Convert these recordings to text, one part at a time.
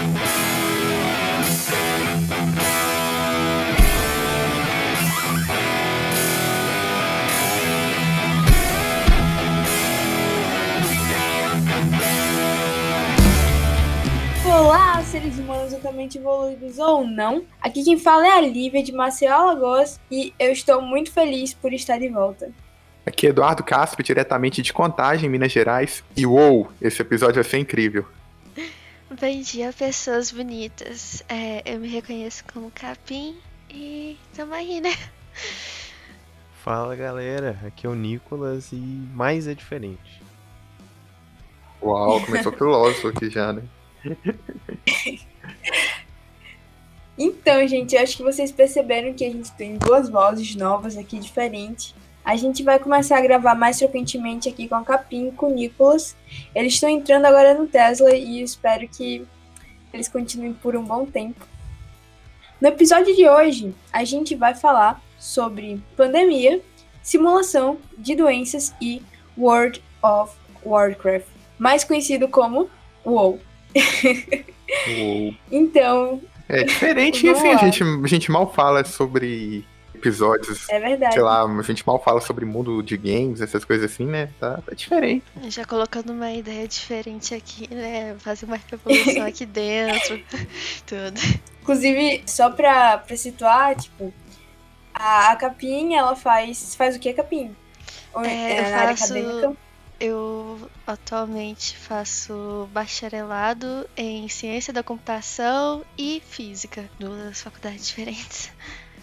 Olá, seres humanos altamente evoluídos ou não. Aqui quem fala é a Lívia de Maceió, Alagoas, e eu estou muito feliz por estar de volta. Aqui é Eduardo Castro, diretamente de Contagem, Minas Gerais. E uou, esse episódio vai ser incrível. Bom dia, pessoas bonitas. Eu me reconheço como Capim e tamo aí, né? Fala, galera. Aqui é o Nicolas e mais é diferente. Uau, começou filósofo aqui já, né? Então, gente, eu acho que vocês perceberam que a gente tem duas vozes novas aqui, diferentes. A gente vai começar a gravar mais frequentemente aqui com a Capim e com o Nicolas. Eles estão entrando agora no Tesla e eu espero que eles continuem por um bom tempo. No episódio de hoje, a gente vai falar sobre pandemia, simulação de doenças e World of Warcraft, mais conhecido como WoW. Uou. Então, É diferente, vamos enfim, lá. a gente mal fala sobre episódios, É verdade. sei lá, a gente mal fala sobre mundo de games, essas coisas assim, né? Tá diferente. Já colocando uma ideia diferente aqui, né? Fazer uma revolução aqui dentro, tudo. Inclusive, só pra situar, tipo, a Capim, ela faz o que, Capim? Ou Eu na área faço. acadêmica? Eu atualmente faço bacharelado em ciência da computação e física, duas faculdades diferentes.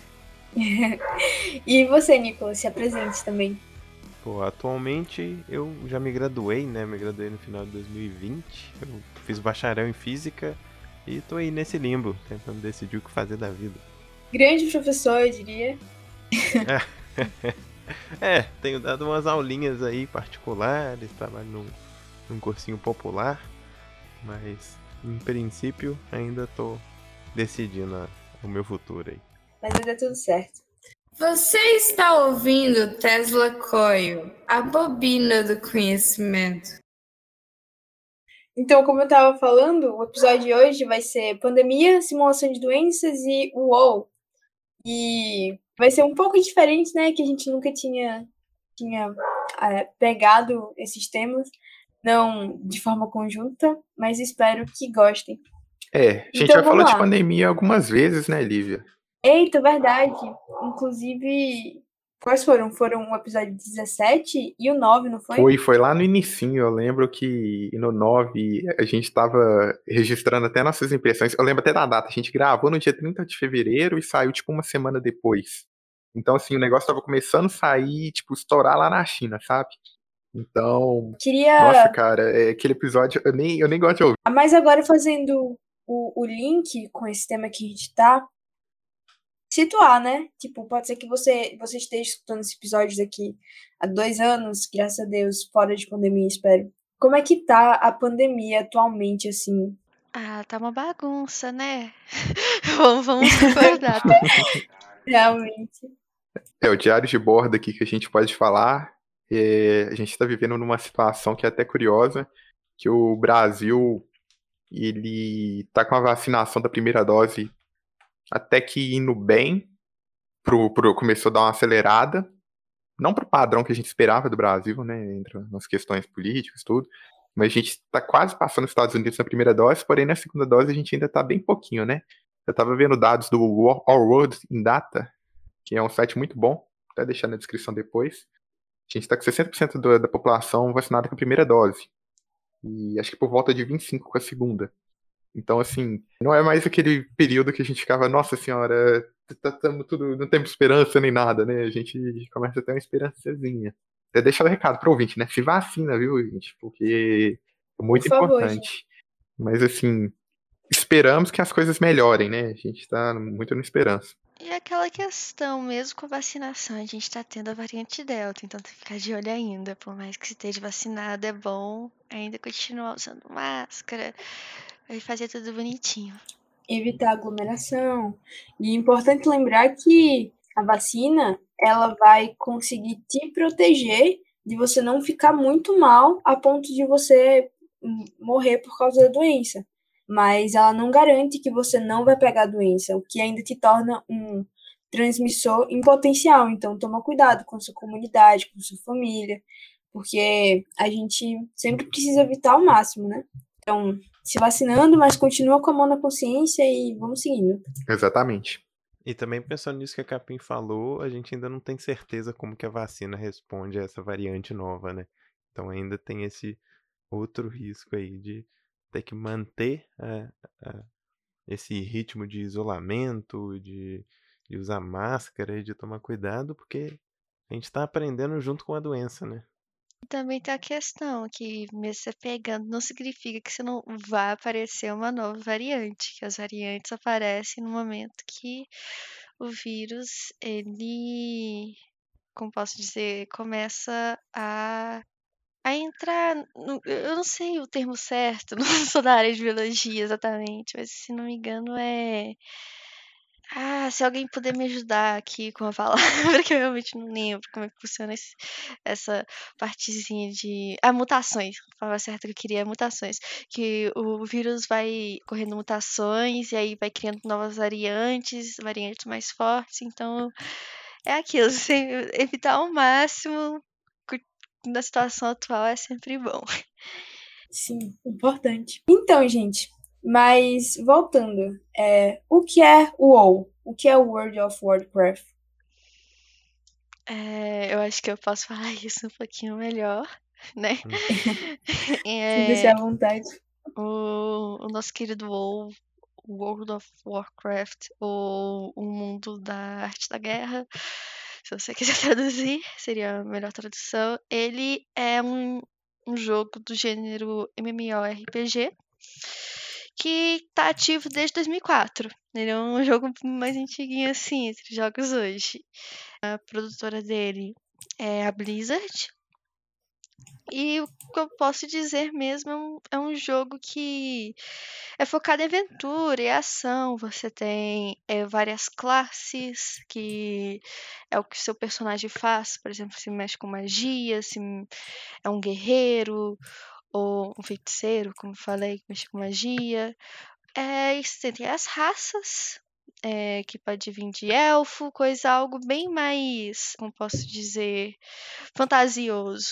E você, Nicolas, se apresente também. Pô, atualmente eu já me graduei, né? Me graduei no final de 2020. Eu fiz bacharel em física e tô aí nesse limbo, tentando decidir o que fazer da vida. Grande professor, eu diria. Tenho dado umas aulinhas aí particulares, trabalho num cursinho popular, mas em princípio ainda tô decidindo o meu futuro aí. Mas vai dar tudo certo. Você está ouvindo Tesla Coil, a bobina do conhecimento. Então, como eu tava falando, o episódio de hoje vai ser pandemia, simulação de doenças e WoW. E vai ser um pouco diferente, né? Que a gente nunca tinha pegado esses temas, não de forma conjunta, mas espero que gostem. A gente Então, já falou vamos de lá. pandemia algumas vezes, né, Lívia? Eita, verdade. Inclusive, quais foram? Foram o episódio 17 e o 9, não foi? Foi lá no inicinho, eu lembro que no 9 a gente tava registrando até nossas impressões, eu lembro até da data, a gente gravou no dia 30 de fevereiro e saiu tipo uma semana depois. Então assim, o negócio tava começando a sair, tipo, estourar lá na China, sabe? Então, nossa, cara, aquele episódio eu nem gosto de ouvir. Mas agora fazendo o link com esse tema que a gente tá, situar, né? Tipo, pode ser que você esteja escutando esse episódio daqui há 2 anos, graças a Deus, fora de pandemia, espero. Como é que tá a pandemia atualmente, assim? Ah, tá uma bagunça, né? Vamos concordar. Realmente. O diário de bordo aqui que a gente pode falar, a gente está vivendo numa situação que é até curiosa, que o Brasil, ele tá com a vacinação da primeira dose até que indo bem, começou a dar uma acelerada, não pro padrão que a gente esperava do Brasil, né, entre as questões políticas, tudo, mas a gente tá quase passando os Estados Unidos na primeira dose, porém na segunda dose a gente ainda tá bem pouquinho, né? Eu tava vendo dados do Our World in Data, que é um site muito bom, até deixar na descrição depois. A gente está com 60% da população vacinada com a primeira dose. E acho que por volta de 25% com a segunda. Então, assim, não é mais aquele período que a gente ficava, nossa senhora, tudo, não temos esperança nem nada, né? A gente começa a ter uma esperançazinha. Até deixar o recado pro ouvinte, né? Se vacina, viu, gente? Porque é muito Por favor, importante. Mas, assim, esperamos que as coisas melhorem, né? A gente tá muito na esperança. E aquela questão, mesmo com a vacinação, a gente tá tendo a variante Delta, então tem que ficar de olho ainda. Por mais que esteja vacinado, é bom ainda continuar usando máscara e fazer tudo bonitinho. Evitar aglomeração. E é importante lembrar que a vacina, ela vai conseguir te proteger de você não ficar muito mal a ponto de você morrer por causa da doença. mas ela não garante que você não vai pegar a doença, o que ainda te torna um transmissor em potencial. Então, toma cuidado com a sua comunidade, com a sua família, porque a gente sempre precisa evitar ao máximo, né? Então, se vacinando, mas continua com a mão na consciência e vamos seguindo. Exatamente. E também pensando nisso que a Capim falou, a gente ainda não tem certeza como que a vacina responde a essa variante nova, né? Então ainda tem esse outro risco aí de ter que manter esse ritmo de isolamento, de usar máscara e de tomar cuidado, porque a gente está aprendendo junto com a doença, né? Também tem a questão que, mesmo você pegando, não significa que você não vai aparecer uma nova variante, que as variantes aparecem no momento que o vírus, ele, como posso dizer, começa a entrar. Eu não sei o termo certo, não sou da área de biologia exatamente, mas se não me engano é. Ah, se alguém puder me ajudar aqui com a palavra, que eu realmente não lembro como é que funciona essa partezinha de. Ah, mutações. A palavra certa que eu queria é mutações. Que o vírus vai correndo mutações e aí vai criando novas variantes mais fortes. Então, é aquilo. Você evitar ao máximo na situação atual é sempre bom. Sim, importante. Então, gente, mas voltando, o que é o WoW? O que é o World of Warcraft? Eu acho que eu posso falar isso um pouquinho melhor, né? Sinta-se à vontade. O nosso querido WoW, World of Warcraft, ou O Mundo da Arte da Guerra, se você quiser traduzir, seria a melhor tradução. Ele é um jogo do gênero MMORPG que tá ativo desde 2004. Ele é um jogo mais antiguinho assim, entre jogos hoje. A produtora dele é a Blizzard. E o que eu posso dizer mesmo é um jogo que é focado em aventura e ação. Você tem várias classes, que é o que seu personagem faz. Por exemplo, se mexe com magia, se é um guerreiro ou um feiticeiro, como falei, que mexe com magia. E você tem as raças, que pode vir de elfo, algo bem mais, como posso dizer, fantasioso.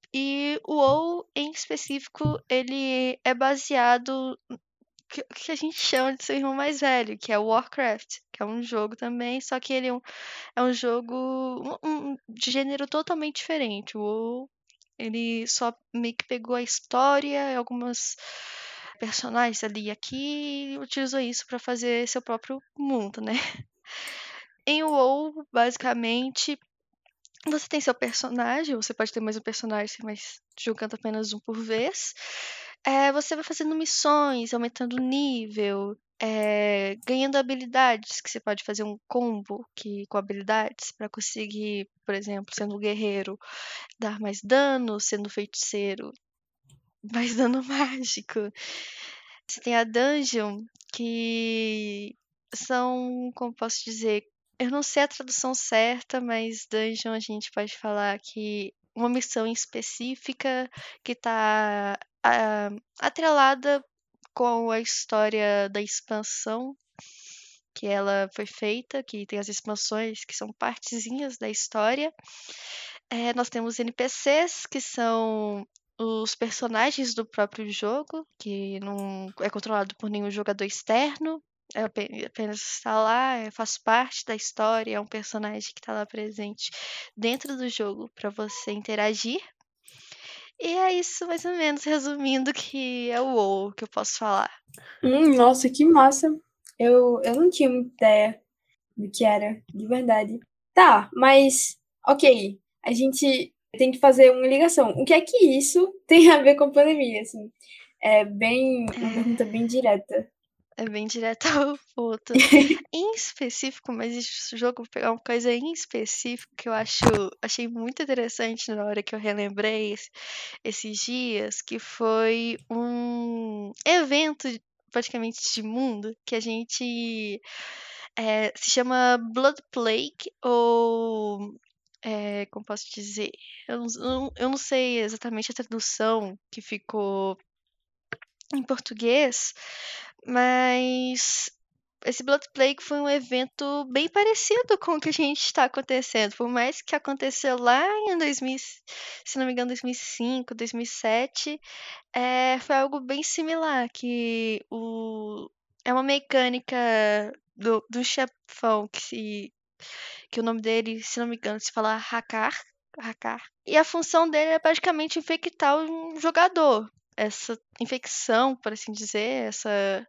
E o WoW, em específico, ele é baseado que a gente chama de seu irmão mais velho, que é o Warcraft, que é um jogo também, só que ele é um jogo de gênero totalmente diferente. O WoW, ele só meio que pegou a história e algumas personagens ali e aqui e utilizou isso para fazer seu próprio mundo, né? Em WoW, basicamente, você tem seu personagem, você pode ter mais um personagem, mas jogando apenas um por vez. Você vai fazendo missões, aumentando o nível, ganhando habilidades, que você pode fazer um combo com habilidades para conseguir, por exemplo, sendo um guerreiro, dar mais dano, sendo feiticeiro, mais dano mágico. Você tem a dungeon, que são, como posso dizer, eu não sei a tradução certa, mas dungeon a gente pode falar que uma missão específica que está atrelada com a história da expansão que ela foi feita, que tem as expansões que são partezinhas da história. Nós temos NPCs, que são os personagens do próprio jogo, que não é controlado por nenhum jogador externo. Apenas está lá, faz parte da história, é um personagem que está lá presente dentro do jogo para você interagir. E é isso, mais ou menos, resumindo, que é o WoW que eu posso falar. Nossa, que massa. Eu não tinha muita ideia do que era, de verdade. Tá, mas, ok, a gente tem que fazer uma ligação. O que é que isso tem a ver com a pandemia, assim? É uma pergunta bem direta. É bem direto ao ponto. Em específico, mas esse jogo, vou pegar uma coisa em específico que eu achei muito interessante na hora que eu relembrei esses dias, que foi um evento praticamente de mundo que a gente se chama Blood Plague, ou como posso dizer? Eu não sei exatamente a tradução que ficou em português, mas esse Blood Plague foi um evento bem parecido com o que a gente está acontecendo. Por mais que aconteceu lá em 2000, se não me engano, 2005, 2007, foi algo bem similar, é uma mecânica do chefão que o nome dele, se não me engano, se fala Hakar. E a função dele é basicamente infectar um jogador. Essa infecção, por assim dizer, essa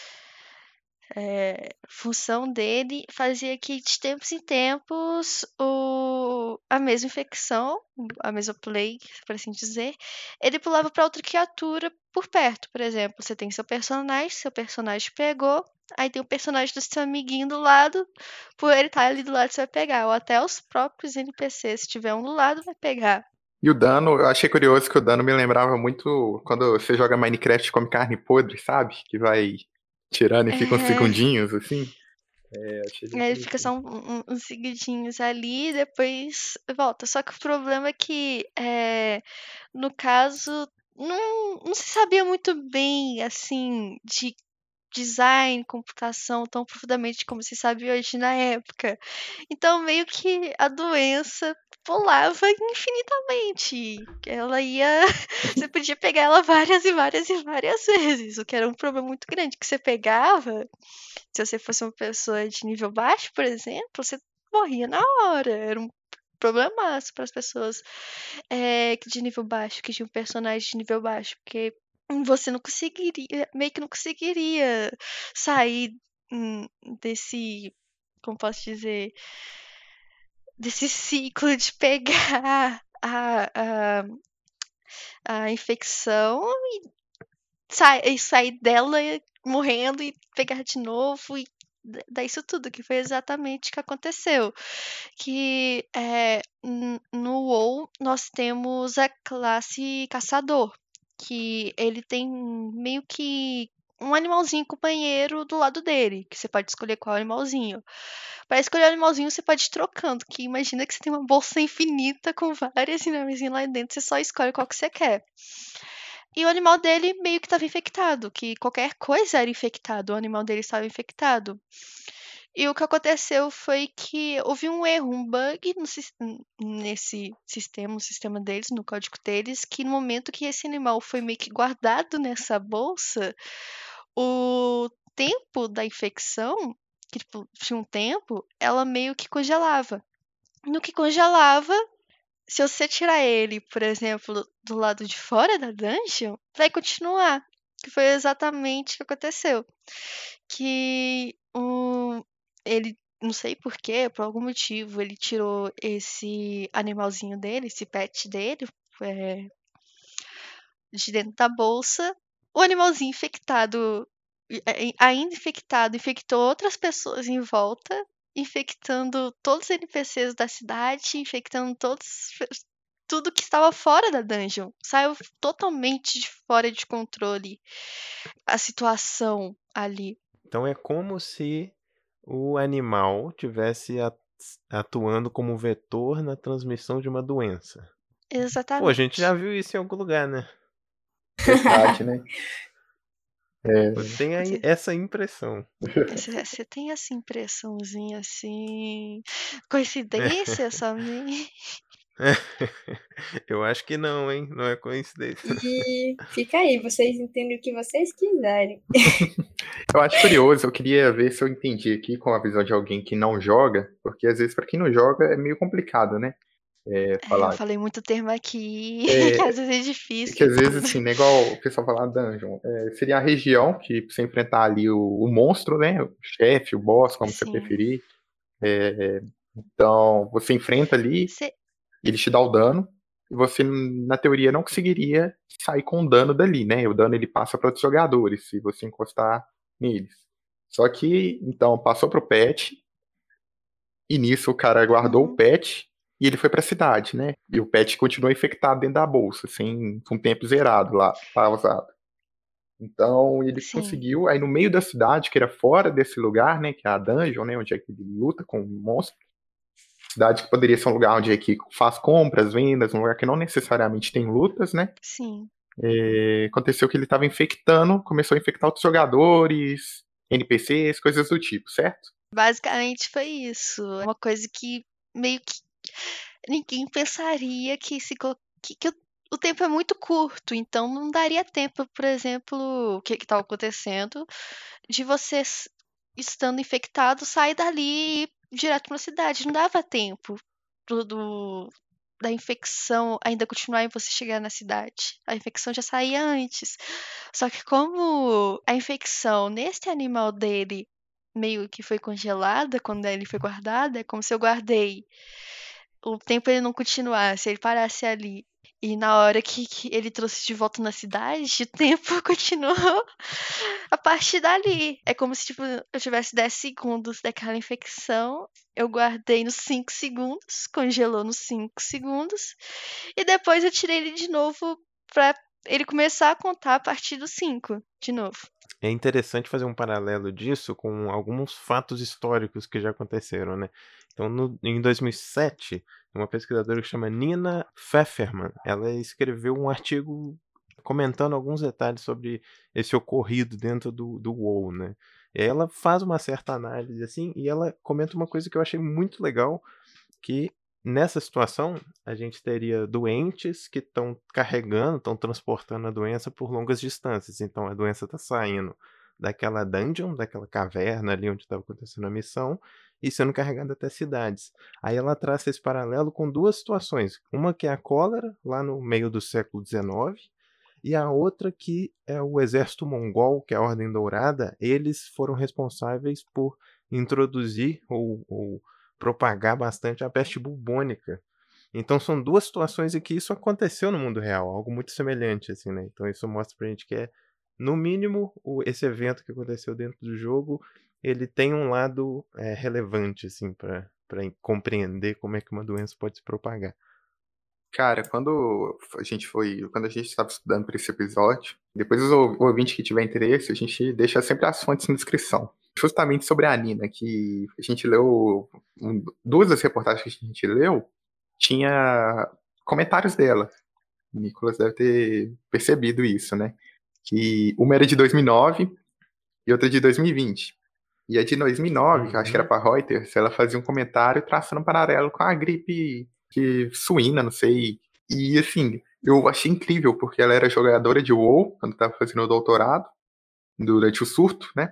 função dele fazia que de tempos em tempos a mesma infecção, a mesma plague, por assim dizer, ele pulava para outra criatura por perto. Por exemplo, você tem seu personagem pegou, aí tem o personagem do seu amiguinho do lado, por ele estar ali do lado você vai pegar, ou até os próprios NPCs, se tiver um do lado, vai pegar. E o dano, eu achei curioso que o dano me lembrava muito quando você joga Minecraft e come carne podre, sabe? Que vai tirando e fica uns segundinhos, assim. Achei bem Ele fica parecido. só uns segundinhos ali e depois volta. Só que o problema é que, no caso, não se sabia muito bem, assim, de design, computação tão profundamente como se sabe hoje na época. Então, meio que a doença pulava infinitamente. Ela ia. Você podia pegar ela várias e várias e várias vezes, o que era um problema muito grande. Que você pegava, se você fosse uma pessoa de nível baixo, por exemplo, você morria na hora. Era um problemaço para as pessoas de nível baixo, que tinham personagens de nível baixo, porque você não conseguiria, meio que não conseguiria sair desse, como posso dizer, desse ciclo de pegar a infecção e sair dela morrendo e pegar de novo e dar isso tudo, que foi exatamente o que aconteceu. Que no WoW nós temos a classe caçador, que ele tem meio que um animalzinho companheiro do lado dele, que você pode escolher qual animalzinho. Para escolher o animalzinho, você pode ir trocando, que imagina que você tem uma bolsa infinita com vários animalzinhos lá dentro, você só escolhe qual que você quer. E o animal dele meio que estava infectado, que qualquer coisa era infectado, o animal dele estava infectado. E o que aconteceu foi que houve um erro, um bug nesse sistema, no sistema deles, no código deles, que no momento que esse animal foi meio que guardado nessa bolsa, o tempo da infecção, que tipo, tinha um tempo, ela meio que congelava. No que congelava, se você tirar ele, por exemplo, do lado de fora da dungeon, vai continuar. Que foi exatamente o que aconteceu. Que ele, não sei porquê, por algum motivo, ele tirou esse animalzinho dele, esse pet dele, de dentro da bolsa. O animalzinho infectado, ainda infectado, infectou outras pessoas em volta, infectando todos os NPCs da cidade, infectando tudo que estava fora da dungeon. Saiu totalmente de fora de controle a situação ali. Então é como se o animal tivesse atuando como vetor na transmissão de uma doença. Pô, a gente já Exatamente. viu isso em algum lugar, né? Verdade, né? Eu tenho essa impressão. Você tem essa impressãozinha assim. Coincidência somente? Eu acho que não, hein? Não é coincidência. E fica aí, vocês entendem o que vocês quiserem. Eu acho curioso, eu queria ver se eu entendi aqui com a visão de alguém que não joga, porque às vezes para quem não joga é meio complicado, né? Eu Falar. falei muito termo aqui, que às vezes é Que difícil. às vezes, assim, né, igual o pessoal fala dungeon, seria a região que você enfrentar ali o monstro, né? O chefe, o boss, como você Sim. preferir. Então, você enfrenta ali, ele te dá o dano, e você, na teoria, não conseguiria sair com o dano dali, né? O dano ele passa para outros jogadores, se você encostar neles. Só que, então, passou pro pet, e nisso o cara guardou o pet, e ele foi pra cidade, né? E o pet continuou infectado dentro da bolsa, assim, com o tempo zerado lá, pausado. Então, ele Sim. conseguiu, aí no meio da cidade, que era fora desse lugar, né, que é a dungeon, né, onde é que ele luta com o monstro, cidade que poderia ser um lugar onde é que faz compras, vendas, um lugar que não necessariamente tem lutas, né? Sim. aconteceu que ele estava infectando, começou a infectar outros jogadores, NPCs, coisas do tipo, certo? Basicamente foi isso. É uma coisa que meio que ninguém pensaria que o tempo é muito curto, então não daria tempo, por exemplo, o que estava acontecendo, de você estando infectado sair dali e ir direto para a cidade. Não dava tempo da infecção ainda continuar e você chegar na cidade. A infecção já saía antes. Só que como a infecção nesse animal dele meio que foi congelada quando ele foi guardado, é como se eu guardei o tempo ele não continuasse, ele parasse ali. E na hora que ele trouxe de volta na cidade, o tempo continuou a partir dali. É como se tipo, eu tivesse 10 segundos daquela infecção, eu guardei nos 5 segundos, congelou nos 5 segundos, e depois eu tirei ele de novo pra ele começar a contar a partir dos 5 de novo. É interessante fazer um paralelo disso com alguns fatos históricos que já aconteceram, né? Então, em 2007, uma pesquisadora que chama Nina Pfefferman, ela escreveu um artigo comentando alguns detalhes sobre esse ocorrido dentro do WoW, né? E aí ela faz uma certa análise assim e ela comenta uma coisa que eu achei muito legal, que nessa situação a gente teria doentes que estão carregando, estão transportando a doença por longas distâncias. Então a doença está saindo daquela dungeon, daquela caverna ali onde estava acontecendo a missão, e sendo carregada até cidades. Aí ela traça esse paralelo com duas situações. Uma que é a cólera, lá no meio do século XIX, e a outra que é o exército mongol, que é a Ordem Dourada. Eles foram responsáveis por introduzir ou propagar bastante a peste bubônica. Então são duas situações em que isso aconteceu no mundo real, algo muito semelhante, assim, né? Então isso mostra pra gente que no mínimo, esse evento que aconteceu dentro do jogo, ele tem um lado relevante, assim, para compreender como é que uma doença pode se propagar. Cara, quando a gente estava estudando para esse episódio, depois o ouvinte que tiver interesse, a gente deixa sempre as fontes na descrição. Justamente sobre a Nina, que a gente leu, duas das reportagens que a gente leu, tinha comentários dela. O Nicolas deve ter percebido isso, né? Que uma era de 2009 e outra de 2020. E a de 2009, que eu acho que era para Reuters, ela fazia um comentário traçando um paralelo com a gripe suína, não sei. E assim, eu achei incrível, porque ela era jogadora de WoW quando estava fazendo o doutorado, durante o surto, né?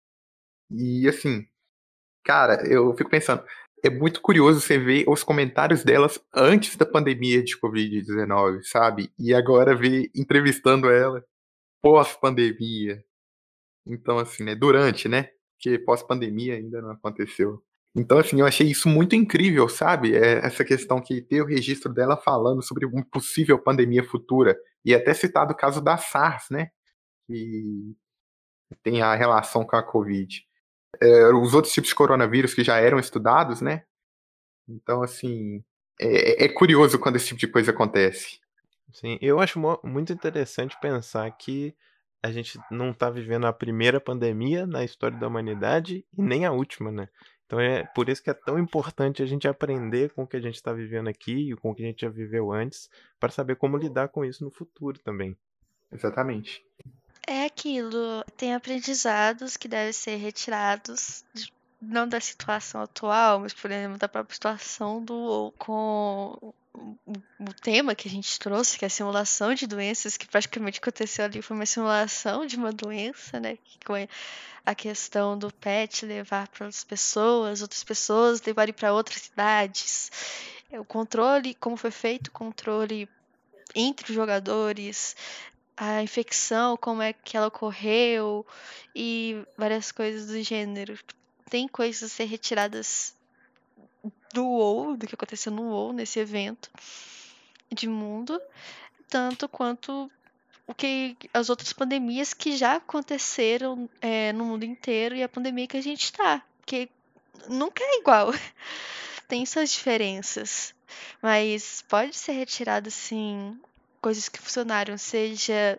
E assim, cara, eu fico pensando, é muito curioso você ver os comentários delas antes da pandemia de Covid-19, sabe? E agora ver entrevistando ela pós-pandemia. Então, assim, né? Durante, né? Porque pós-pandemia ainda não aconteceu. Então, assim, eu achei isso muito incrível, sabe? Essa questão que ter o registro dela falando sobre uma possível pandemia futura. E até citado o caso da SARS, né? Que tem a relação com a Covid. Os outros tipos de coronavírus que já eram estudados, né? Então, assim, é curioso quando esse tipo de coisa acontece. Sim, eu acho muito interessante pensar que a gente não está vivendo a primeira pandemia na história da humanidade e nem a última, né? Então é por isso que é tão importante a gente aprender com o que a gente está vivendo aqui e com o que a gente já viveu antes, para saber como lidar com isso no futuro também. Exatamente. É aquilo, tem aprendizados que devem ser retirados, não da situação atual, mas, por exemplo, da própria situação com o tema que a gente trouxe, que é a simulação de doenças, que praticamente aconteceu ali, foi uma simulação de uma doença, né? Com a questão do pet levar para outras pessoas levarem para outras cidades. O controle, como foi feito o controle entre os jogadores, a infecção, como é que ela ocorreu e várias coisas do gênero. Tem coisas a ser retiradas do WoW, do que aconteceu no WoW nesse evento de mundo, tanto quanto o que as outras pandemias que já aconteceram no mundo inteiro e a pandemia que a gente está, porque nunca é igual, tem suas diferenças, mas pode ser retirado sim coisas que funcionaram, seja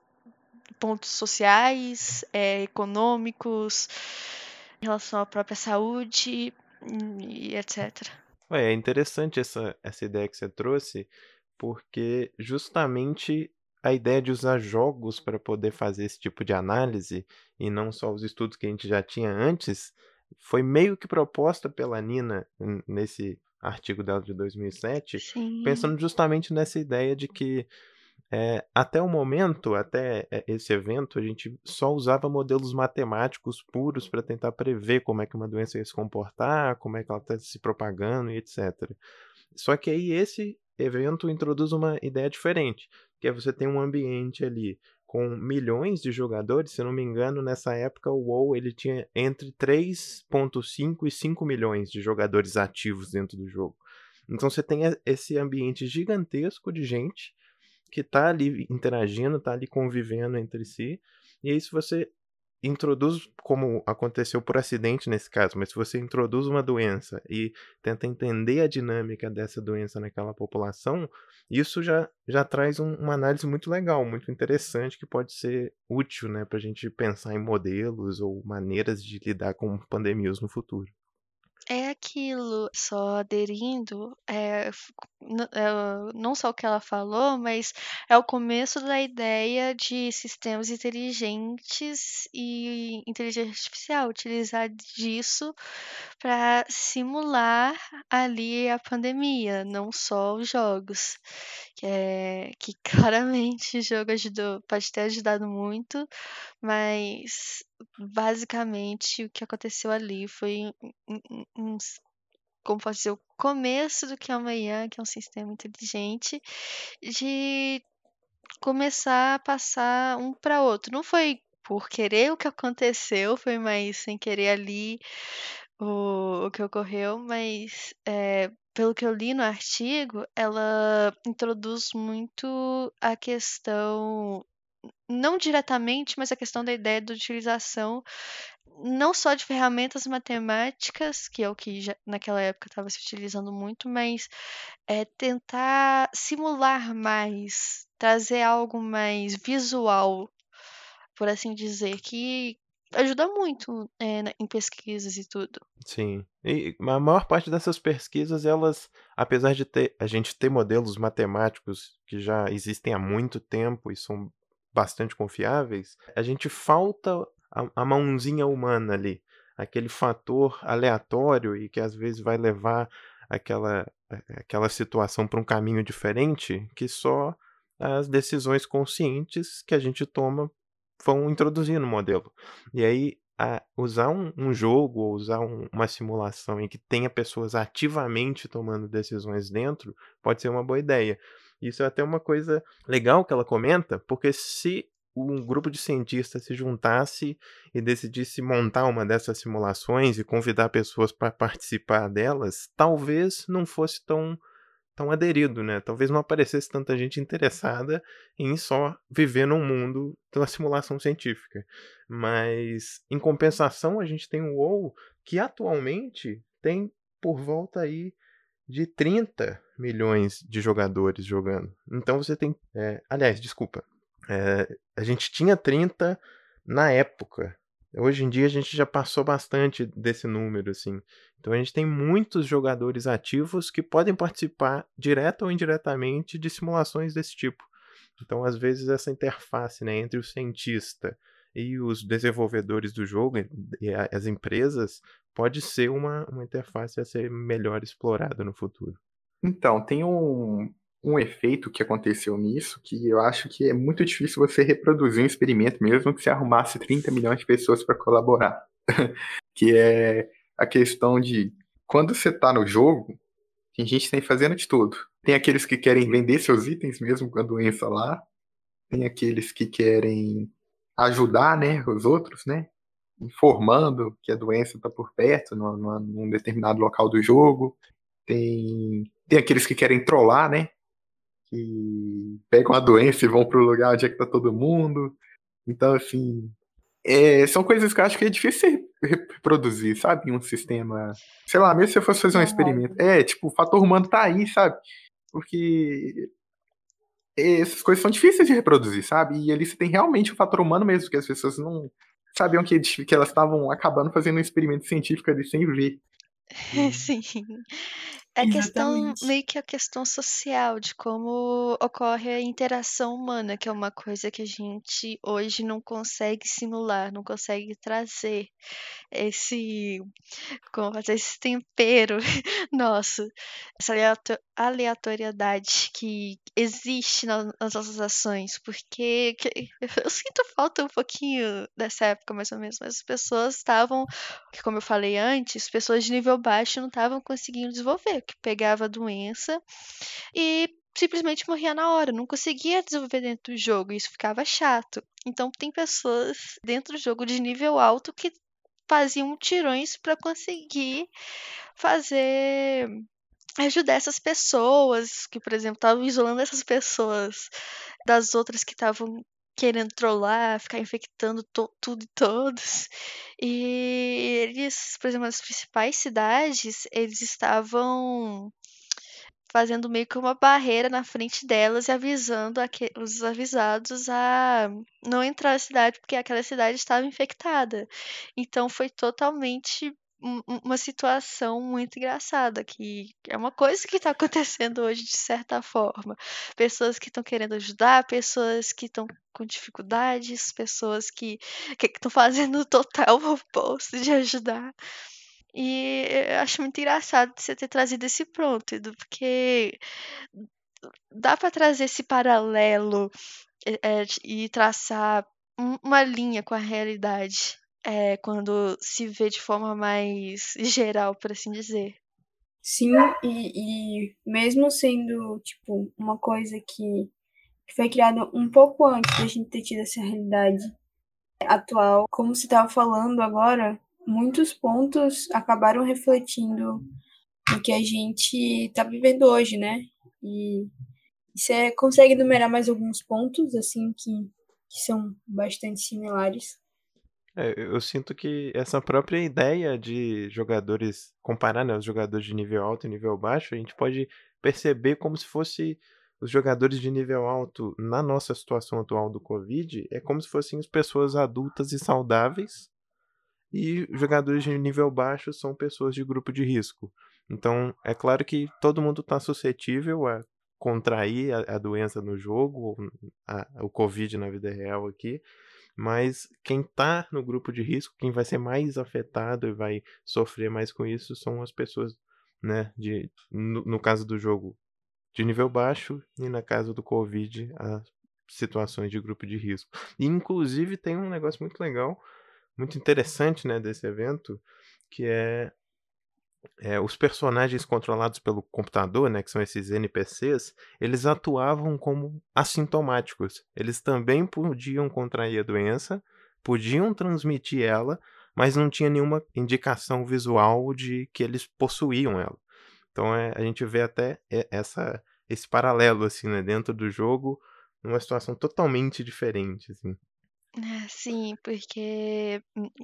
pontos sociais, econômicos, em relação à própria saúde e etc. É interessante essa ideia que você trouxe, porque justamente a ideia de usar jogos para poder fazer esse tipo de análise, e não só os estudos que a gente já tinha antes, foi meio que proposta pela Nina nesse artigo dela de 2007, Sim. pensando justamente nessa ideia de que até o momento, até esse evento, a gente só usava modelos matemáticos puros para tentar prever como é que uma doença ia se comportar, como é que ela está se propagando e etc. Só que aí esse evento introduz uma ideia diferente, que é você tem um ambiente ali com milhões de jogadores. Se eu não me engano, nessa época o WoW ele tinha entre 3,5 e 5 milhões de jogadores ativos dentro do jogo. Então você tem esse ambiente gigantesco de gente que está ali interagindo, está ali convivendo entre si, e aí se você introduz, como aconteceu por acidente nesse caso, mas se você introduz uma doença e tenta entender a dinâmica dessa doença naquela população, isso já traz uma análise muito legal, muito interessante, que pode ser útil, né, para a gente pensar em modelos ou maneiras de lidar com pandemias no futuro. É aquilo, só aderindo, não só o que ela falou, mas é o começo da ideia de sistemas inteligentes e inteligência artificial, utilizar disso para simular ali a pandemia, não só os jogos. Que claramente o jogo pode ter ajudado muito, mas basicamente o que aconteceu ali foi como pode dizer, o começo do que é amanhã, que é um sistema inteligente, de começar a passar um para outro. Não foi por querer o que aconteceu, foi mais sem querer ali o que ocorreu, mas pelo que eu li no artigo, ela introduz muito a questão, não diretamente, mas a questão da ideia da utilização não só de ferramentas matemáticas, que é o que naquela época estava se utilizando muito, mas tentar simular mais, trazer algo mais visual, por assim dizer, que ajuda muito em pesquisas e tudo. Sim. E a maior parte dessas pesquisas, elas, apesar de a gente ter modelos matemáticos que já existem há muito tempo e são bastante confiáveis, a gente falta a mãozinha humana ali, aquele fator aleatório e que às vezes vai levar aquela situação para um caminho diferente, que só as decisões conscientes que a gente toma vão introduzir no modelo. E aí, usar um jogo ou usar uma simulação em que tenha pessoas ativamente tomando decisões dentro, pode ser uma boa ideia. Isso é até uma coisa legal que ela comenta, porque se um grupo de cientistas se juntasse e decidisse montar uma dessas simulações e convidar pessoas para participar delas, talvez não fosse tão aderido, né? Talvez não aparecesse tanta gente interessada em só viver num mundo de uma simulação científica. Mas, em compensação, a gente tem o WoW, que atualmente tem por volta aí de 30 milhões de jogadores jogando. Então você tem... aliás, desculpa. A gente tinha 30 na época. Hoje em dia a gente já passou bastante desse número, assim. Então a gente tem muitos jogadores ativos que podem participar, direta ou indiretamente, de simulações desse tipo. Então, às vezes, essa interface, né, entre o cientista e os desenvolvedores do jogo e as empresas pode ser uma interface a ser melhor explorada no futuro. Então, tem um efeito que aconteceu nisso que eu acho que é muito difícil você reproduzir um experimento mesmo que você arrumasse 30 milhões de pessoas para colaborar. Que é a questão de quando você está no jogo, tem gente que tem fazendo de tudo. Tem aqueles que querem vender seus itens mesmo com a doença lá. Tem aqueles que querem ajudar, né, os outros, né? Informando que a doença está por perto, num determinado local do jogo. Tem aqueles que querem trollar, né? Que pegam a doença e vão pro lugar onde é que tá todo mundo. Então, assim, são coisas que eu acho que é difícil reproduzir, sabe? Em um sistema. Sei lá, mesmo se eu fosse fazer um experimento. Tipo, o fator humano tá aí, sabe? Porque essas coisas são difíceis de reproduzir, sabe? E ali você tem realmente o fator humano mesmo, que as pessoas não sabiam que elas estavam acabando fazendo um experimento científico ali sem ver. Sim. É questão, Exatamente. meio que a questão social de como ocorre a interação humana, que é uma coisa que a gente hoje não consegue simular, não consegue trazer esse, como fazer esse tempero nosso, essa aleatoriedade que existe nas nossas ações, porque eu sinto falta um pouquinho dessa época, mais ou menos, mas as pessoas estavam, que como eu falei antes, pessoas de nível baixo não estavam conseguindo desenvolver, que pegava a doença e simplesmente morria na hora, não conseguia desenvolver dentro do jogo, e isso ficava chato. Então tem pessoas dentro do jogo de nível alto que faziam tirões para conseguir fazer ajudar essas pessoas que, por exemplo, estavam isolando essas pessoas das outras que estavam querendo trollar, ficar infectando tudo e todos. E eles, por exemplo, nas principais cidades, eles estavam fazendo meio que uma barreira na frente delas e avisando os avisados a não entrar na cidade porque aquela cidade estava infectada. Então foi totalmente uma situação muito engraçada, que é uma coisa que está acontecendo hoje de certa forma. Pessoas que estão querendo ajudar, pessoas que estão com dificuldades, pessoas que estão fazendo o total oposto de ajudar. E eu acho muito engraçado você ter trazido esse pronto, Edu, porque dá para trazer esse paralelo e traçar uma linha com a realidade quando se vê de forma mais geral, por assim dizer. Sim, e mesmo sendo, tipo, uma coisa que foi criada um pouco antes da gente ter tido essa realidade atual, como você estava falando agora, muitos pontos acabaram refletindo no que a gente está vivendo hoje, né? E você consegue enumerar mais alguns pontos, assim, que são bastante similares? Eu sinto que essa própria ideia de jogadores, comparar, né, os jogadores de nível alto e nível baixo, a gente pode perceber como se fosse os jogadores de nível alto na nossa situação atual do Covid, é como se fossem as pessoas adultas e saudáveis, e jogadores de nível baixo são pessoas de grupo de risco. Então, é claro que todo mundo está suscetível a contrair a doença no jogo, o Covid na vida real aqui, mas quem tá no grupo de risco, quem vai ser mais afetado e vai sofrer mais com isso são as pessoas, né, no caso do jogo, de nível baixo, e na caso do Covid, as situações de grupo de risco. E inclusive tem um negócio muito legal, muito interessante, né, desse evento, que os personagens controlados pelo computador, né, que são esses NPCs, eles atuavam como assintomáticos. Eles também podiam contrair a doença, podiam transmitir ela, mas não tinha nenhuma indicação visual de que eles possuíam ela. Então a gente vê até esse paralelo assim, né, dentro do jogo, numa situação totalmente diferente, assim. Sim, porque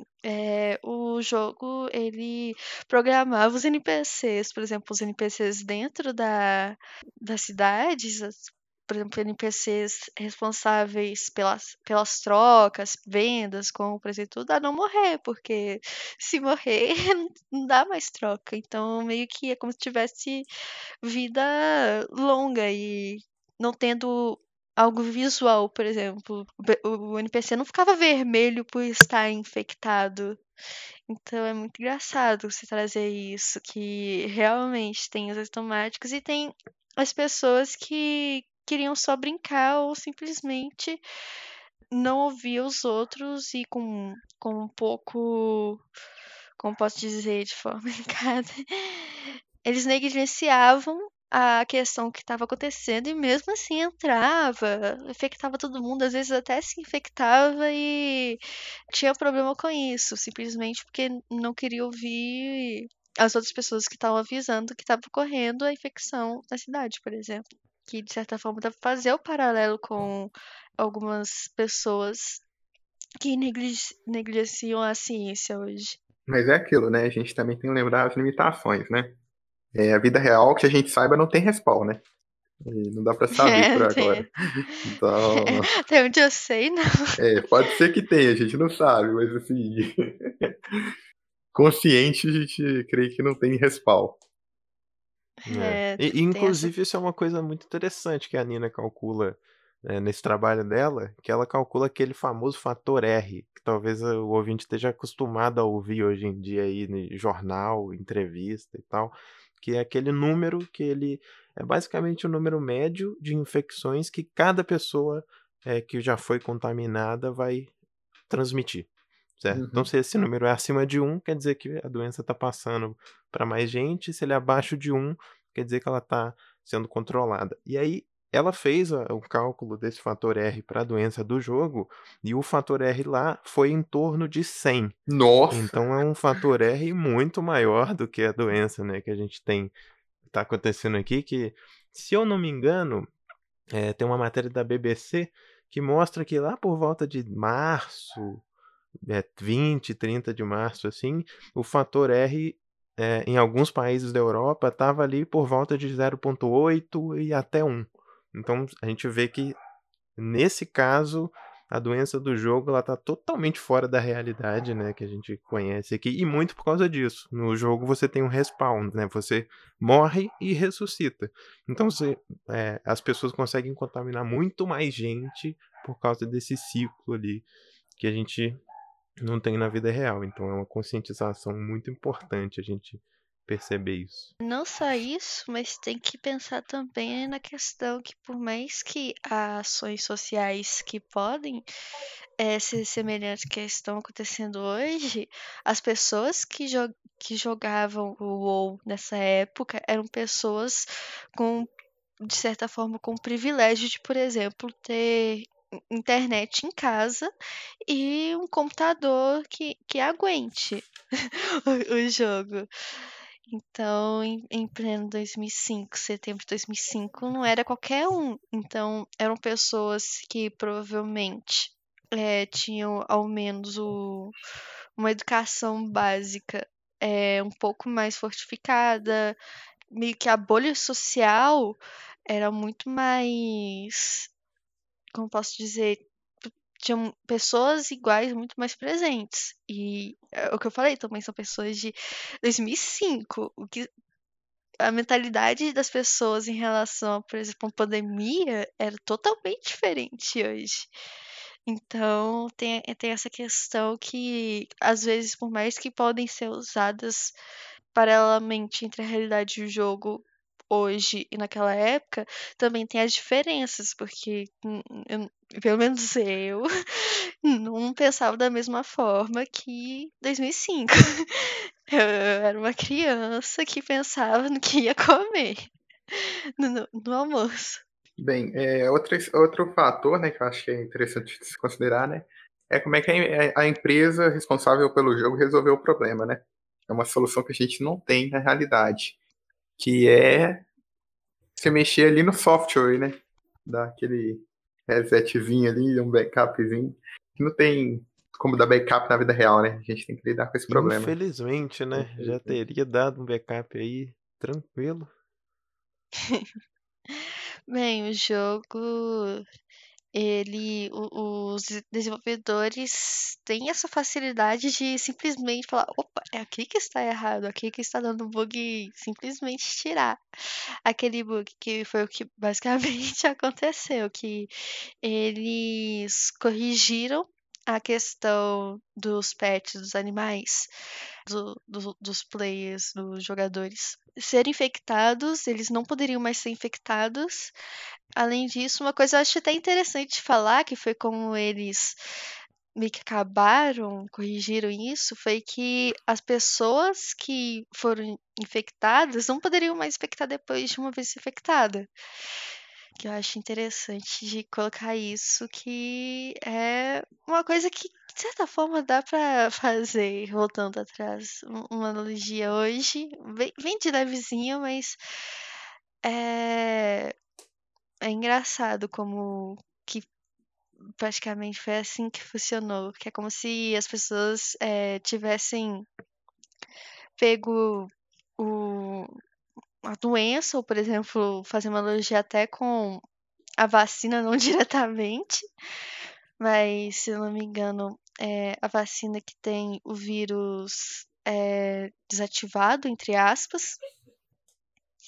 o jogo ele programava os NPCs, por exemplo, os NPCs dentro das cidades, por exemplo, NPCs responsáveis pelas trocas, vendas, compras e tudo, a não morrer, porque se morrer não dá mais troca. Então, meio que é como se tivesse vida longa e não tendo algo visual, por exemplo. O NPC não ficava vermelho por estar infectado. Então é muito engraçado você trazer isso, que realmente tem os assintomáticos e tem as pessoas que queriam só brincar ou simplesmente não ouvir os outros e com um pouco, como posso dizer de forma delicada, eles negligenciavam a questão que estava acontecendo e mesmo assim entrava, infectava todo mundo, às vezes até se infectava e tinha problema com isso, simplesmente porque não queria ouvir as outras pessoas que estavam avisando que estava ocorrendo a infecção na cidade, por exemplo. Que de certa forma dá pra fazer o paralelo com algumas pessoas que negligenciam a ciência hoje. Mas é aquilo, né? A gente também tem que lembrar as limitações, né? A vida real, que a gente saiba, não tem respawn, né? E não dá pra saber por agora. Então, Até onde eu sei, não. pode ser que tenha, a gente não sabe, mas assim, consciente a gente crê que não tem respawn. É, E, tem essa. inclusive, isso é uma coisa muito interessante que a Nina calcula nesse trabalho dela, que ela calcula aquele famoso fator R, que talvez o ouvinte esteja acostumado a ouvir hoje em dia aí em jornal, entrevista e tal, que é aquele número que ele é basicamente o número médio de infecções que cada pessoa que já foi contaminada vai transmitir, certo? Então, Uhum. se esse número é acima de 1, quer dizer que a doença está passando para mais gente. Se ele é abaixo de 1, quer dizer que ela está sendo controlada. E aí, ela fez o cálculo desse fator R para a doença do jogo, e o fator R lá foi em torno de 100. Nossa! Então, é um fator R muito maior do que a doença, né, que a gente tem, está acontecendo aqui, que, se eu não me engano, tem uma matéria da BBC que mostra que lá por volta de março, 20, 30 de março, assim, o fator R em alguns países da Europa estava ali por volta de 0,8 e até 1. Então a gente vê que nesse caso a doença do jogo ela está totalmente fora da realidade, né, que a gente conhece aqui, e muito por causa disso. No jogo você tem um respawn, né, você morre e ressuscita. Então as pessoas conseguem contaminar muito mais gente por causa desse ciclo ali que a gente não tem na vida real. Então é uma conscientização muito importante a gente perceber isso. Não só isso, mas tem que pensar também na questão que, por mais que há ações sociais que podem ser semelhantes que estão acontecendo hoje, as pessoas que jogavam o WoW nessa época eram pessoas com, de certa forma, com o privilégio de, por exemplo, ter internet em casa e um computador que aguente o jogo. Então, em pleno 2005, setembro de 2005, não era qualquer um. Então, eram pessoas que provavelmente tinham ao menos uma educação básica um pouco mais fortificada, meio que a bolha social era muito mais, como posso dizer, tinham pessoas iguais muito mais presentes. E o que eu falei também são pessoas de 2005, o que a mentalidade das pessoas em relação, por exemplo, a pandemia era totalmente diferente hoje. Então, tem essa questão que, às vezes, por mais que podem ser usadas paralelamente entre a realidade do jogo hoje e naquela época, também tem as diferenças, porque pelo menos eu não pensava da mesma forma que 2005. Eu era uma criança que pensava no que ia comer no almoço. Bem, outro fator, né, que eu acho que é interessante se considerar, né, é como é que a empresa responsável pelo jogo resolveu o problema, né? É uma solução que a gente não tem na realidade, que é você mexer ali no software, né? Dar aquele resetzinho ali, um backupzinho, que não tem como dar backup na vida real, né? A gente tem que lidar com esse problema. Infelizmente, né? Já teria dado um backup aí, tranquilo. Bem, o jogo, os desenvolvedores têm essa facilidade de simplesmente falar, opa, é aqui que está errado, aqui que está dando bug, e simplesmente tirar aquele bug, que foi o que basicamente aconteceu, que eles corrigiram a questão dos pets, dos animais, dos players, dos jogadores serem infectados, eles não poderiam mais ser infectados. Além disso, uma coisa eu acho até interessante de falar, que foi como eles meio que acabaram, corrigiram isso, foi que as pessoas que foram infectadas não poderiam mais infectar depois de uma vez infectada. Que eu acho interessante de colocar isso, que é uma coisa que, de certa forma, dá pra fazer, voltando atrás, uma analogia hoje, bem de levezinho, mas é, é engraçado como que praticamente foi assim que funcionou, que é como se as pessoas tivessem pego o, a doença, ou, por exemplo, fazer uma analogia até com a vacina, não diretamente, mas, se eu não me engano, a vacina que tem o vírus desativado, entre aspas,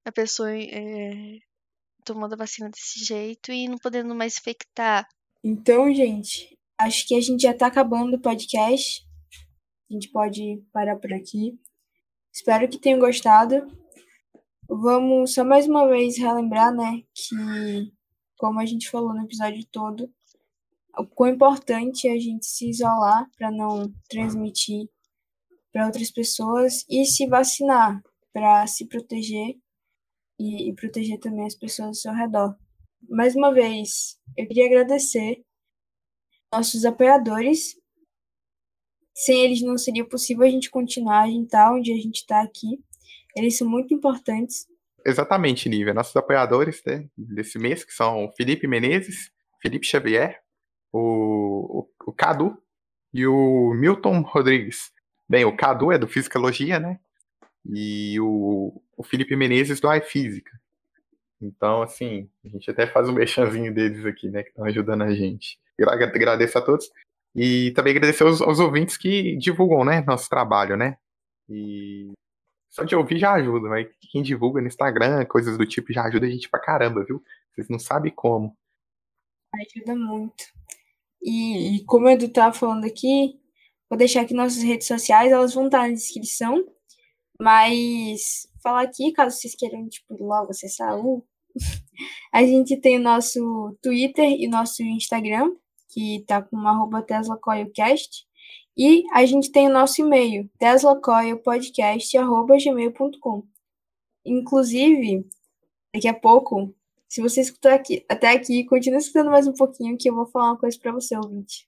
a pessoa tomando a vacina desse jeito e não podendo mais infectar. Então, gente, acho que a gente já tá acabando o podcast. A gente pode parar por aqui. Espero que tenham gostado. Vamos só mais uma vez relembrar, né, que, como a gente falou no episódio todo, o quão importante é a gente se isolar para não transmitir para outras pessoas e se vacinar para se proteger e proteger também as pessoas ao seu redor. Mais uma vez, eu queria agradecer nossos apoiadores. Sem eles não seria possível a gente continuar, a gente tá onde a gente está aqui. Eles são muito importantes. Exatamente, Nívia. Nossos apoiadores, né, desse mês, que são o Felipe Menezes, Felipe Xavier, o Cadu e o Milton Rodrigues. Bem, o Cadu é do Fisicalogia, né? E o Felipe Menezes do iFísica. Então, assim, a gente até faz um merchanzinho deles aqui, né? Que estão ajudando a gente. Agradeço a todos. E também agradecer aos ouvintes que divulgam, né? Nosso trabalho, né? E só de ouvir já ajuda, mas quem divulga no Instagram, coisas do tipo, já ajuda a gente pra caramba, viu? Vocês não sabem como. Ajuda muito. E como o Edu tá falando aqui, vou deixar aqui nossas redes sociais, elas vão estar na descrição. Mas falar aqui, caso vocês queiram, tipo, logo acessar a gente tem o nosso Twitter e nosso Instagram, que tá com @TeslaCoilCast. E a gente tem o nosso e-mail, teslacoilpodcast@gmail.com. Inclusive, daqui a pouco, se você escutar aqui, até aqui, continua escutando mais um pouquinho que eu vou falar uma coisa para você, ouvinte.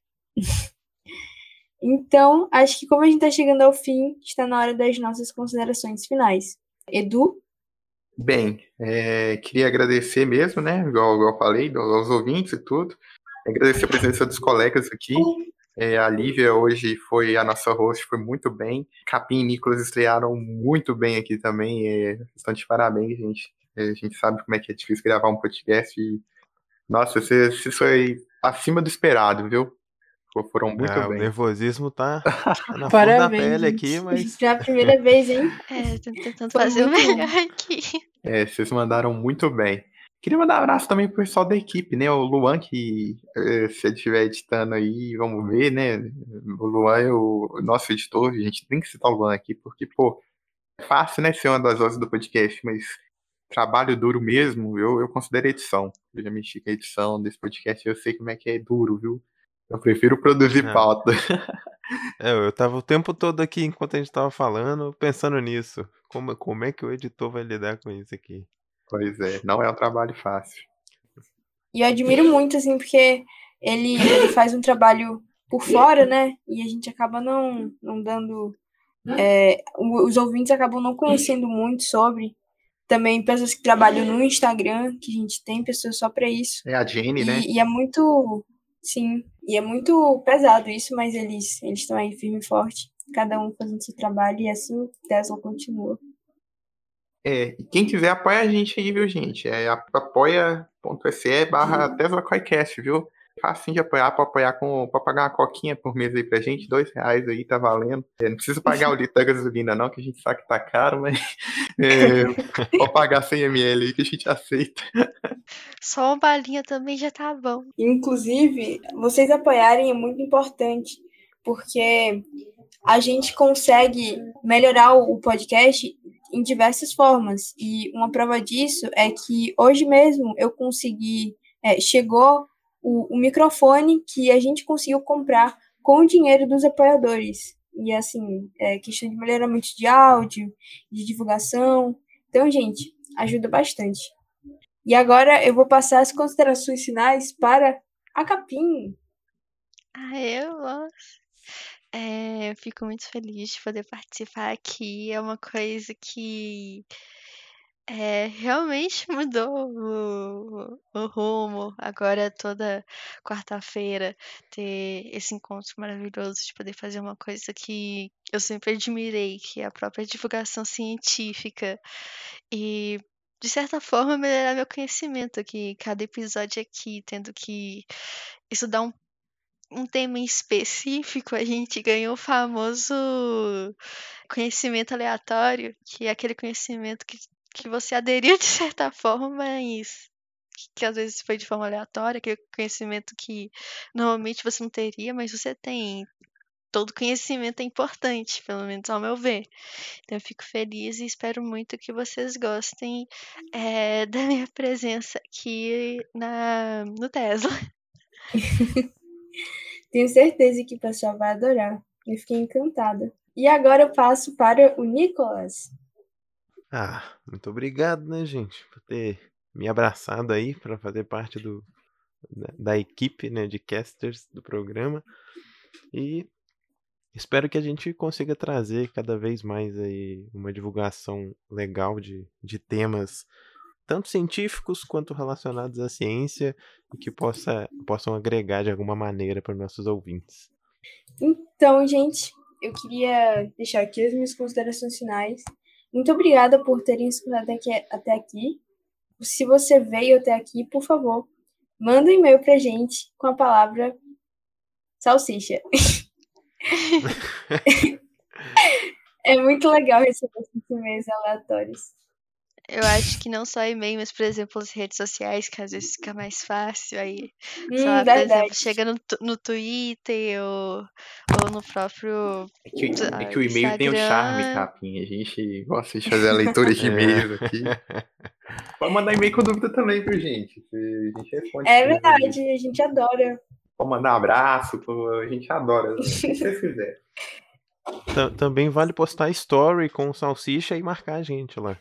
Então, acho que como a gente está chegando ao fim, está na hora das nossas considerações finais. Edu? Bem, queria agradecer mesmo, né? Igual eu falei, aos ouvintes e tudo. Agradecer a presença dos colegas aqui. A Lívia hoje foi a nossa host, foi muito bem. Capim e Nicolas estrearam muito bem aqui também. Estão de parabéns, gente. A gente sabe como é que é difícil gravar um podcast. E, nossa, você foi acima do esperado, viu? Foram muito O bem. nervosismo tá na flor da Parabéns, pele gente. aqui, mas Já é a primeira vez, hein? Tô tentando Foi fazer o muito bom. melhor aqui. Vocês mandaram muito bem. Queria mandar um abraço também pro pessoal da equipe, né? O Luan, que se ele estiver editando aí, vamos ver, né? O Luan é o nosso editor, a gente tem que citar o Luan aqui, porque, pô, é fácil, né, ser uma das vozes do podcast, mas trabalho duro mesmo, eu considero edição. Eu já mexi com a edição desse podcast, eu sei como é que é duro, viu? Eu prefiro produzir pauta. eu tava o tempo todo aqui, enquanto a gente tava falando, pensando nisso. Como é que o editor vai lidar com isso aqui? Pois é, não é um trabalho fácil. E eu admiro muito, assim, porque ele faz um trabalho por fora, né? E a gente acaba não dando... os ouvintes acabam não conhecendo muito sobre. Também pessoas que trabalham no Instagram, que a gente tem pessoas só para isso. É a Jenny, né? E é muito... Sim, e é muito pesado isso, mas eles estão aí firme e forte. Cada um fazendo seu trabalho e assim o Tesla continua. E quem quiser apoia a gente aí, viu, gente? apoia.se/TeslaCoicast, viu? Facinho de apoiar, pra pagar uma coquinha por mês aí pra gente, R$2 aí, tá valendo. Não precisa pagar o litro da gasolina não, que a gente sabe que tá caro, mas pode pagar 100 ml aí que a gente aceita. Só uma balinha também já tá bom. Inclusive, vocês apoiarem é muito importante, porque a gente consegue melhorar o podcast em diversas formas. E uma prova disso é que hoje mesmo eu consegui, chegou o microfone que a gente conseguiu comprar com o dinheiro dos apoiadores. E assim, questão de melhoramento de áudio, de divulgação. Então, gente, ajuda bastante. E agora eu vou passar as considerações finais para a Capim. Eu gosto. Fico muito feliz de poder participar aqui. É uma coisa que realmente mudou o rumo. Agora, toda quarta-feira, ter esse encontro maravilhoso de poder fazer uma coisa que eu sempre admirei, que é a própria divulgação científica. E, de certa forma, melhorar meu conhecimento aqui. Cada episódio aqui, tendo que estudar um tema em específico, a gente ganhou o famoso conhecimento aleatório, que é aquele conhecimento que que você aderiu de certa forma, mas que às vezes foi de forma aleatória, aquele conhecimento que normalmente você não teria, mas você tem. Todo conhecimento é importante, pelo menos ao meu ver. Então eu fico feliz e espero muito que vocês gostem da minha presença aqui no Tesla. Tenho certeza que o pessoal vai adorar. Eu fiquei encantada. E agora eu passo para o Nicolas. Muito obrigado, né, gente, por ter me abraçado aí para fazer parte da equipe, né, de casters do programa. E espero que a gente consiga trazer cada vez mais aí uma divulgação legal de temas tanto científicos quanto relacionados à ciência e que possam agregar de alguma maneira para nossos ouvintes. Então, gente, eu queria deixar aqui as minhas considerações finais. Muito obrigada por terem escutado até aqui. Se você veio até aqui, por favor, manda um e-mail pra gente com a palavra salsicha. É muito legal receber esses e-mails aleatórios. Eu acho que não só e-mail, mas, por exemplo, as redes sociais, que às vezes fica mais fácil. Aí, sei lá, por Verdade. exemplo, chega no Twitter ou no próprio É que o e-mail tem o charme, Instagram. Capinha. A gente gosta de fazer a leitura de e-mails aqui. Pode mandar e-mail com dúvida também, viu, gente? A gente responde. É verdade, a gente adora. Pode mandar um abraço, a gente adora. O que vocês quiserem. Também vale postar story com salsicha e marcar a gente lá.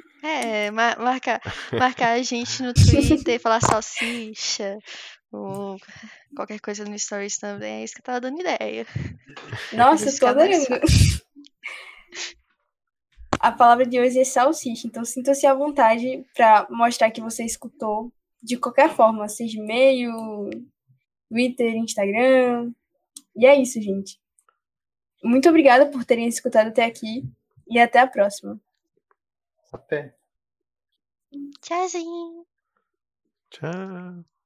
Marcar a gente no Twitter, falar salsicha, ou qualquer coisa no Stories também. É isso que eu tava dando ideia. Nossa, eu tô adorando. A palavra de hoje é salsicha, então sinta-se à vontade para mostrar que você escutou de qualquer forma, seja e-mail, Twitter, Instagram. E é isso, gente. Muito obrigada por terem escutado até aqui e até a próxima. Até. Tchauzinho. Tchau.